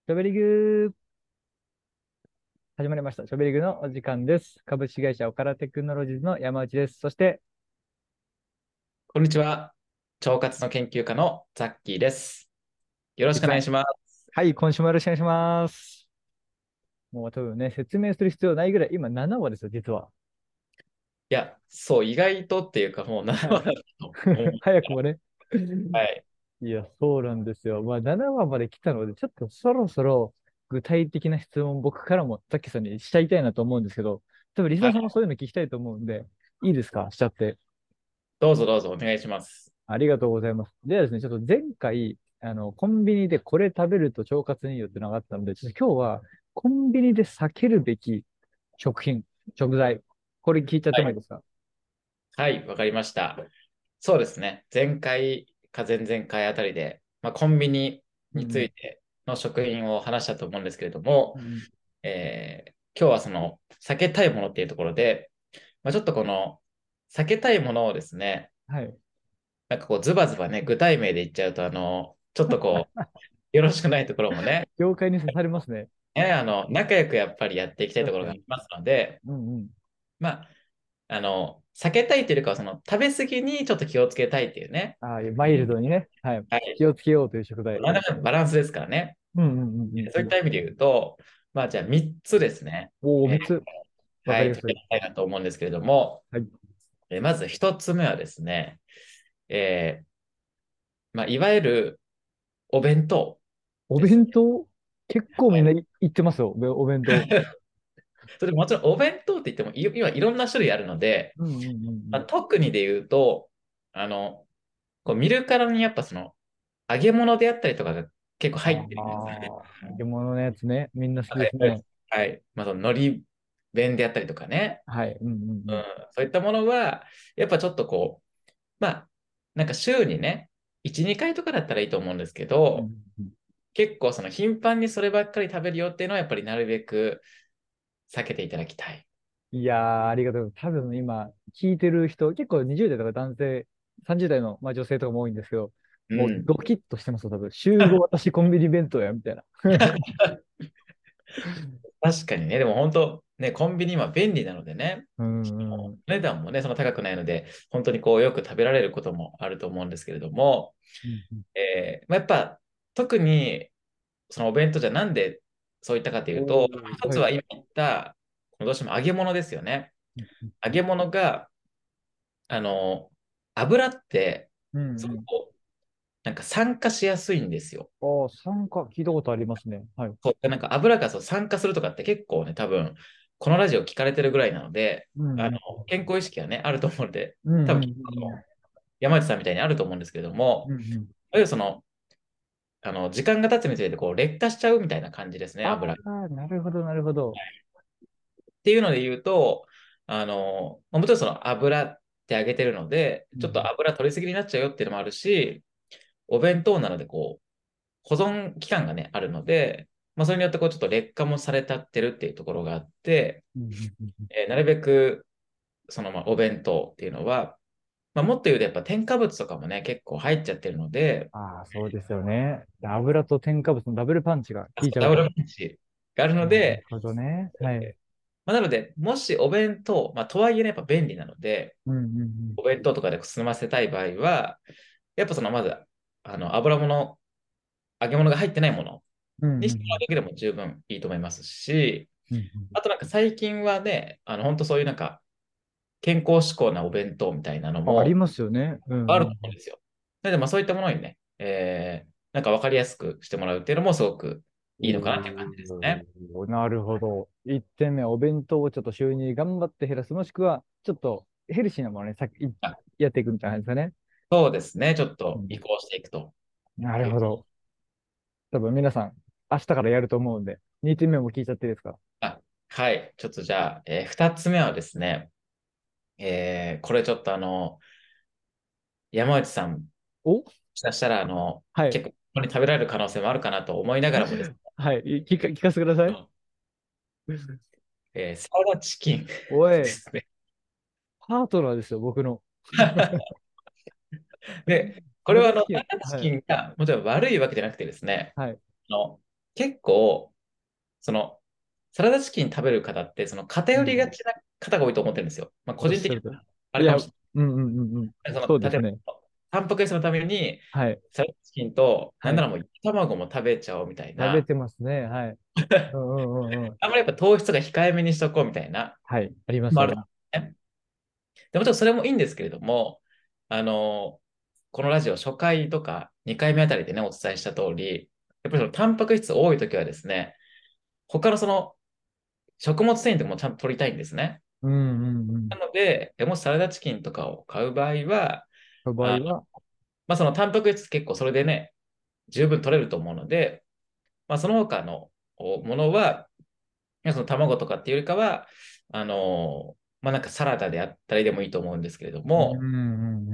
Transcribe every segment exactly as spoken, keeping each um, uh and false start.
しゃべりぐー、始まりました。しゃべりぐのお時間です。株式会社オカラテクノロジーズの山内です。そして、 こんにちは。腸活の研究家のザッキーです。よろしくおいくさん。 願いします。 はい、今週もよろしくお願いします。もう多分ね、説明する必要ないぐらい、今ななわですよ、実は。 いや、そう、意外とっていうか、もうななはい。 わだと思う。 早くもね。 はい。 いや、そうなんですよ。まあ、ななわまで来たので、ちょっとそろそろ具体的な質問、僕からもザッキーさんにしちゃいたいなと思うんですけど、多分リスナーさんもはい。 そういうの聞きたいと思うんで、いいですかしちゃって。 どうぞどうぞお願いします。 ありがとうございます。ではですね、ちょっと前回、あの、コンビニでこれ食べると腸活にいいよっていうのがあったので、ちょっと今日はコンビニで避けるべき食品、食材、これ聞いちゃっはい。 てもいいですか？ はい、わかりました。そうですね。前回か前々回あたりで、まあ、コンビニにつうんいての食品を話したと思うんですけれども、 うん。うんえー今日はその避けたいものっていうところで、まあ、ちょっとこの避けたいものをですね、 はい。 なんかこう、ズバズバね、具体名で言っちゃうと、あの、ちょっとこう、よろしくないところもね、 業界に刺されますね。 ね、あの、仲良くやっぱりやっていきたいとこ確かに。 ろがありますので、 うんうん。 まあ、あの、避けたいというよりかは、その、食べ過ぎにちょっと気をつけたいっていうね、 ああ、マイルドにね。はい。 はい。 気をつけようという食材。 なんだかバランスですからね。 うんうんうんうん。 そういった意味で言うと、まあ、じゃあみっつですね、 おお、 えーみっつ。わはい、 かりやすい。 取り上げたいなと思うんですけれども、 はい。 えーまずひとつめはですね、えーまあ、いわゆるお弁当おですね。 弁当結構みんなはいい言ってますよ。お弁当。 それもちろんお弁当って言ってもい今いろんな種類あるので、 うんうんうんうまあ、 ん。 特にで言うと、あの、こう見るからにやっぱその揚げ物であったりとかが結構入ってるんですね。 ああ、揚げ物のやつね。みんな好きはい。 ですね。 はい。まあ、その海苔弁であったりとかね。 はい。うんうんうん。 うん。そういったものは、やっぱちょっとこう、まあ、なんか週にね、いち、にかいとかだったらいいと思うんですけうんど、 うん。 結構その頻繁にそればっかり食べるよっていうのはやっぱりなるべく避けていただきたい。 いやー、ありがとう。多分今、聞いてる人、結構にじゅう代とか男性、さんじゅう代の、まあ、女性とかも多いんですけど、もううん。 ドキッとしてますよ、多分。週ご私コンビニ弁当や、みたいな。 確かにね、でも本当、ね、コンビニ今便利なのでね、 うんうん。 値段もね、そんな高くないので、本当にこうよく食べられることもあると思うんですけれども、 うんうん。 えーまあ、やっぱ特にそのお弁当じゃなんでそういったかというと、 おー、はい。 一つは今言った、どうしても揚げ物ですよね。 うん揚げ物が、あの、油って、 うんうん。 そこなんか酸化しやすいんですよ。 ああ、酸化、聞いたことありますね。はい。 そうなんか油がそう酸化するとかって結構ね、多分、このラジオ聞かれてるぐらいなので、あの、 うんうん。 健康意識はね、あると思うので、 うんうん多分、山内さんみたいにあると思うんですけれども、 うん。うんうん。 いわゆるその、あの、時間が経つにつれて、こう、劣化しちゃうみたいな感じですね、 あ油。っあ、なるほど、なるほど。 ていうので言うと、あの、まあもちろんその油ってあげてるので、ちょっとうん油取りすぎになっちゃうよっていうのもあるし、お弁当なので、こう、保存期間がね、あるので、まあ、それによってこうちょっと劣化もされたってるっていうところがあって、 うんうんうんうん。 えーなるべくそのまあお弁当っていうのは、まあ、もっと言うとやっぱ添加物とかもね、結構入っちゃってるので、 ああ、そうですよね。油と添加物のダブルパンチが効いちゃうと。 ダブルパンチがあるので、 なるほどね。はい。 まあ、なので、もしお弁当、まあ、とはいえね、やっぱ便利なので、 うんうんお弁当とかで済ませたい場合は、やっぱそのまず、あの油物、揚げ物が入ってないものうん。うんうんにしてもらうだけでも十分いいと思いますし、 うんうんうん。 あとなんか最近はね、あの本当そういうなんか健康志向なお弁当みたいなのあ、ありもますよね。うんあるうんと思うんですよ。なので、まあそういったものにね、えー、なんか分かりやすくしてもらうっていうのもすごくいいのかなっていう感じですね。 おー、なるほど。いってんめ、お弁当をちょっと週に頑張って減らす、もしくは、ちょっとヘルシーなものにさいあ、 やっていくみたいな感じですかね。 そうですね。ちょっうん。 と移行していくという。 なるほど。多分皆さん、明日からやると思うんで、にてんめも聞いちゃっていいですか？ あ、はい。ちょっとじゃあ、えー、二つ目はですね、えー、これちょっとあの、山内さん、もお、 しかしたらあの、 はい。 結構ここに食べられる可能性もあるかなと思いながらもですはい。い聞か、聞かせてください。 ね、えーサラダチキンおい、 ですね。 パートナーですよ、僕の。 で、こサラれはあの、サダチキン。 ラダチはい。 キンがもちろん悪いわけじゃなくてですね、 はい。 あの結構、その、サラダチキン食べる方って、その偏りがうん。 ちな方が多いと思ってるんですよ。まあ、個おっ人的にしゃるとり。いや、 あるかもしうんうんうんうん。 れない。その、例えそうですね。 ば、タンパク質のために、 はい。 サラダチキンと、なはい。 んならもう、卵も食べちゃおうみたい食べな、 てますね。はい。うんうんうんうん。 あんまりやっぱ糖質が控えめにしとこうみたいな、 はい。あります、 もあると思あります。 うんですね。でもちろんそれもいいんですけれども、あの、このラジオ初回とかにかいめあたりでね、お伝えした通り、やっぱりそのタンパク質多いときはですね、他のその食物繊維とかもちゃんと取りたいんですね。 うんうんうん。 なので、もしサラダチキンとかを買う場合は、 の場合あ、 は、 まあ、そのタンパク質結構それでね、十分取れると思うので、まあ、その他のおものは、いやその卵とかっていうよりかは、あのまあ、なんかサラダであったりでもいいと思うんですけれどうんうも、 んうんうん。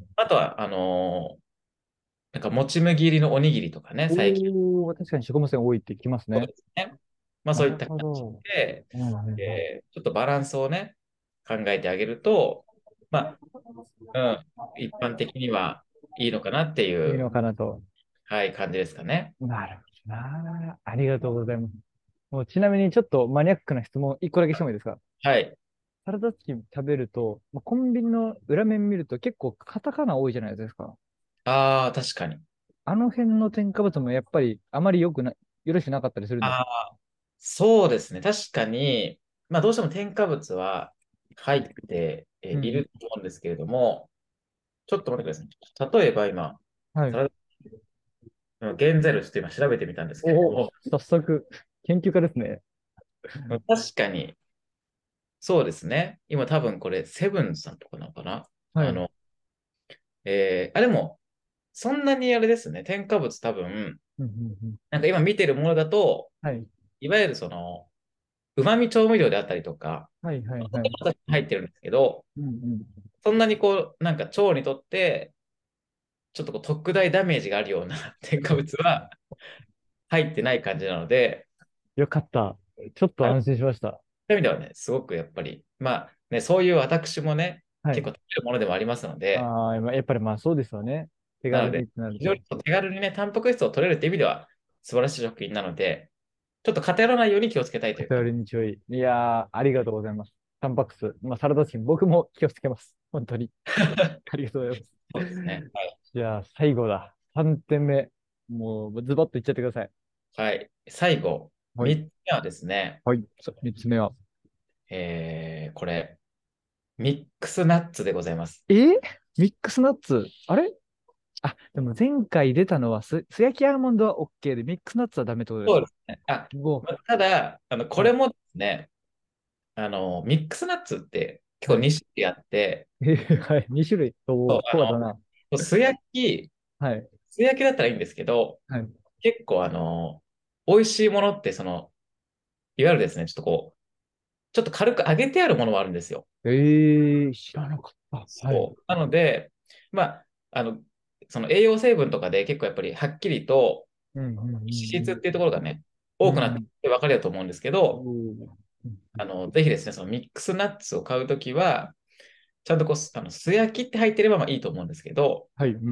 あとは、あのなんかもち麦入りのおにぎりとかね、最近おー、確かに食物繊維多いって聞きますそうね。 ですね。まあなるそういった感じほど。 で、 うんうんうん。 えーちょっとバランスをね、考えてあげると、まあ、うん、一般的にはいいのかなっていいいう、 のかなと。 はい、感じですかね。 なるほどな。ありがとうございます。もうちなみにちょっとマニアックな質問一個だけしてもいいですか？ はい。 サラダチキン食べると、まあコンビニの裏面見ると結構カタカナ多いじゃないですか。 ああ、確かに。 あの辺の添加物もやっぱりあまり良くな、よろしくなかったりするんですか？ ああ、そうですね。確かに、まあどうしても添加物は入ってえうん。 いると思うんですけれども、ちょっと待ってください。例えば今、 はい。 サラダの原材料ちょっと今調べてみたんですけれどおお、 も、 早速、研究家ですね。 確かに、そうですね。今多分これ、セブンさんとかなのかなはい。 あの、えーあ、でも、そんなにあれですね。添加物多分、 うんうんうん。 なんか今見てるものだと、 はい。 いわゆるその、旨味調味料であったりとか、 はいはいはい。 そういうのが入ってるんですけど、 うんうん。 そんなにこう、なんか腸にとって、ちょっとこう特大ダメージがあるような添加物は入ってない感じなので、 よかった。ちょっとあの、 安心しました。 そういう意味ではね、すごくやっぱり、まあね、そういう私もね、 はい。 結構食べるものでもありますので、 ああ、まあやっぱりまあそうですよね。手なので、 軽にってなると。 非常に手軽にね、タンパク質を取れるっていう意味では素晴らしい食品なので、ちょっと偏らないように気をつけたいという偏か、 りに注意。いやー、ありがとうございます。タンパク質。まあサラダチキン、僕も気をつけます。本当に。ありがとうございます。 そうですね。はい。 じゃあ、最後だ。さんてんめ。もう、ズバッといっちゃってください。 はい。最後、 はい。 みっつめはですね、 はい。さみっつめは。 えー、これ、ミックスナッツでございます。 えーミックスナッツ。あれ？あ、でも前回出たのはす、素焼きアーモンドは OK で、ミックスナッツはダメってことですか？ そうですね。あ、 もまあただ、あの、 う、はい。 これもですね、あの、ミックスナッツって結構はい。 に種類あって、 えーはい。に種類。おそう、 ー、コアだな。 あの、素焼き、 はい。 素焼きだったらいいんですけど、 はい。 結構あの、美味しいものって、その、いわゆるですね、ちょっとこう、ちょっと軽く揚げてあるものもあるんですよ。 えー、知らなかった。はい。 そう。なので、まあ、あの、その栄養成分とかで結構やっぱりはっきりとうん、うん、 脂質っていうところがね、 うん、 多くなってうん。 分かると思うんですけうん。 ど、 おー、うん、 あの、ぜひですね、そのミックスナッツを買うときは、ちゃんとこう、あの、素焼きって入ってればまあいいと思うんですけど、 はい。うん、うん、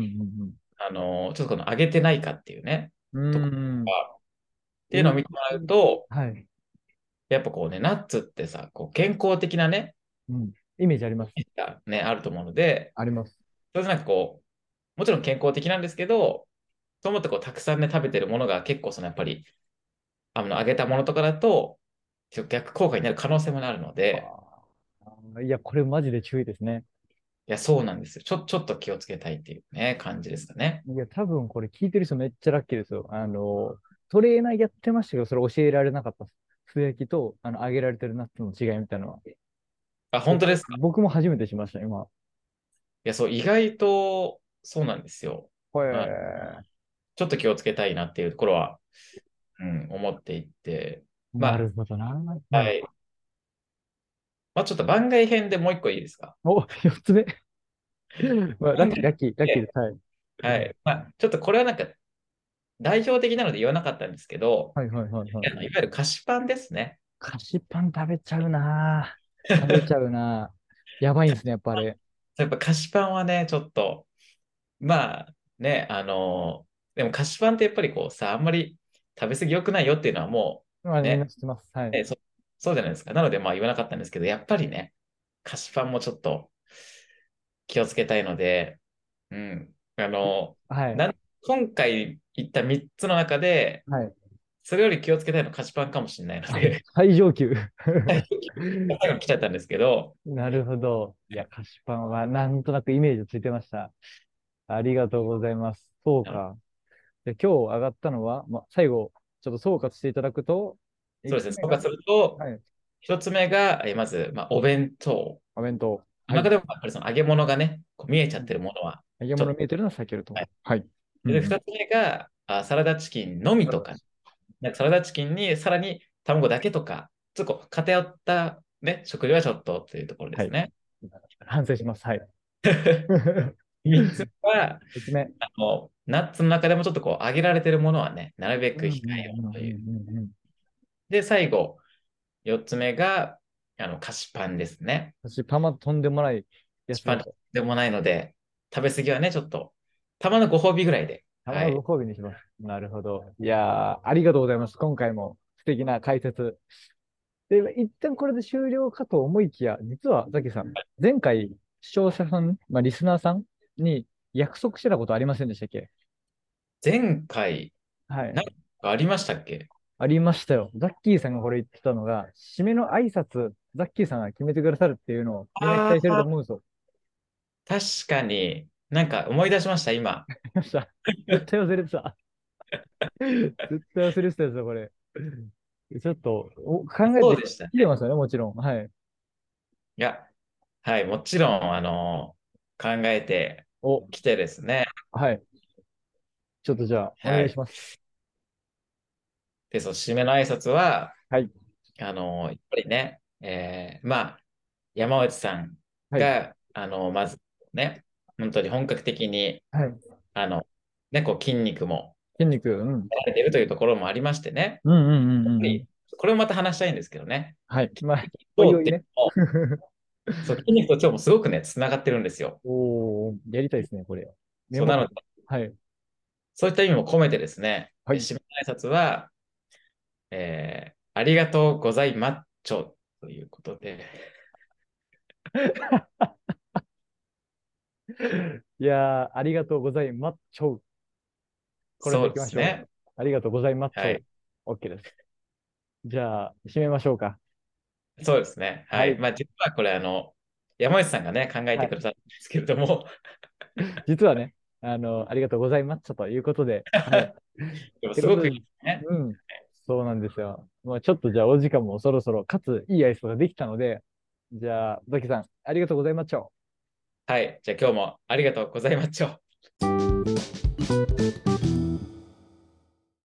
あの、ちょっとこの揚げてないかっていうね、 うとこん。うーん。 ろがっていうのをえー、 見てもらうと、 はい。 やっぱこうね、ナッツってさ、こう健康的なね、 うん。イメージあります。 がね、あると思うので、 あります。 それでなんかこう、もちろん健康的なんですけど、と思ってこう、たくさんね、食べてるものが結構そのやっぱり、あの、揚げたものとかだと、逆効果になる可能性もあるので、 あーいや、これマジで注意ですね。 いや、そうなんですよ。ちょ、ちょっと気をつけたいっていうね、感じですかね。 いや、多分これ聞いてる人めっちゃラッキーですよ。あの、トレーナーやってましたけど、それ教えられなかったです。素焼きと、あの、揚げられてるナッツの違いみたいなのは。 あ、本当僕、 ですか？ 僕も初めてしました、今。 いや、そう、意外とそうなんですよ。 へまあ、 え、 ちょっと気をつけたいなっていうところは、うん、思っていて、まなあ、 るほどな。はい。 はい。まあ、ちょっと番外編でもう一個いいですか？ お、よっつめ。まあ、ラッキー、 番外ラッキー、ラッキーで、 です。はい。 はい。まあ、ちょっとこれはなんか代表的なので言わなかったんですけど、 はい、はい、はい、はい。 あのいわゆる菓子パンですね。 菓子パン食べちゃうな。食べちゃうな。やばいんですね、やっぱあれ。 やっぱ菓子パンはね、ちょっと、まあね、あの、でも菓子パンってやっぱりこうさ、あんまり食べ過ぎ良くないよっていうのはもまあ、 う、 みんなね、 知ってます。はい。 えそ、そうじゃないですか。なので、まあ言わなかったんですけど、やっぱりね、菓子パンもちょっと気をつけたいので、うん。あの、 はい。 なん、今回言ったみっつの中で、 はい。 それより気をつけたいのは菓子パンかもしれないのあ、 で、 最上級。 最後に来ちゃったんですけど、 なるほど。いや、菓子パンはなんとなくイメージついてました。ありがとうございます。そうあのか。で、今日上がったのは、まあ、最後、ちょっと総括していただくと、1 そうですね、 つ目が、 総括すると、 はい、 ひとつめが、えまず、まあ、お弁当。 お弁当。はい。 中でもやっぱりその揚げ物がね、こう見えちゃってるものは、 揚げちょっと、 物見えてるのは避けると。 はい。 はい。うんうで、 ん。 二つ目が、あ、サラダチキンのみとか、なんかサラダチキンにさらに卵だけとか、ちょっとこう偏ったね、食事はちょっとというところではい。 すね。 反省します。はい。 三つ目は、 三つ目。 あの、ナッツの中でもちょっとこう揚げられてるものはね、なるべうんうんく控えようんううという。 んうんうん。 で、最後、四つ目が、あの、菓子パンですね。 私、パマとんでもないや菓子パンつで。 でもないので、食べ過ぎはね、ちょっと、たまのご褒美ぐらいで。 パマのごはい。 褒美にします。なるほど。いやー、ありがとうございます。今回も素敵な解説。で、一旦これで終了かと思いきや、実は、ザキさん、前回、視聴者さん、まあ、リスナーさんに約束してたことありませんでしたっけ？ 前回、 はい。 なんかありましたっけ？ ありましたよ。ザッキーさんがこれ言ってたのが、締めの挨拶、ザッキーさんが決めてくださるっていうのをみんな期待してるとああ思うんですよ。 確かに、なんか思い出しました、今。 ありました。絶対忘れてた。絶対忘れてたやつだ、これ。ちょっと、お考えてそうでしたね。 きてますよね、もちろん。はい。 いや、はい、もちろん、あの、考えてお、 きてですね。 はい。ちょっとじゃあ、おはい。 願いします。 で、そう、締めの挨拶は、 はい。 あの、やっぱりね、えーまあ、山内さんはい。 が、あの、まずね、本当に本格的に、 はい。 あの、ね、こう筋肉も筋肉、うん。 やられているというところもありましてね、 うんうんうんやっぱり、 うんうん。 これをまた話したいんですけどね、 はい。まあ、 腸っていうおいおいね。 のも、そう、筋肉と腸もすごくね、つながってるんですよ。 おー、やりたいですね、これ。メそうなので、 モる。はい。 そういった意味も込めてですね、 はい。 え締めの挨拶は、えーありがとうございマッチョということで、 いやー、ありがとうございます。ちょう。これでそういきましょう。 ですね。 ありがとうございます。ちょはい。 う。OK です。じゃあ、締めましょうか。 そうですね。はい。 はい。 まあ、実はこれ、あの、山内さんがね、考えはい。 てくださったんですけれども、 実はね、あの、ありがとうございます。ということで、はい。っでもすごくいいてことで、 ですね。 うん。そうなんですよ。まあ、ちょっとじゃあお時間もそろそろ、かついいアイスができたので、じゃあ、ザキさん、ありがとうございました。 はい。じゃあ今日もありがとうございました。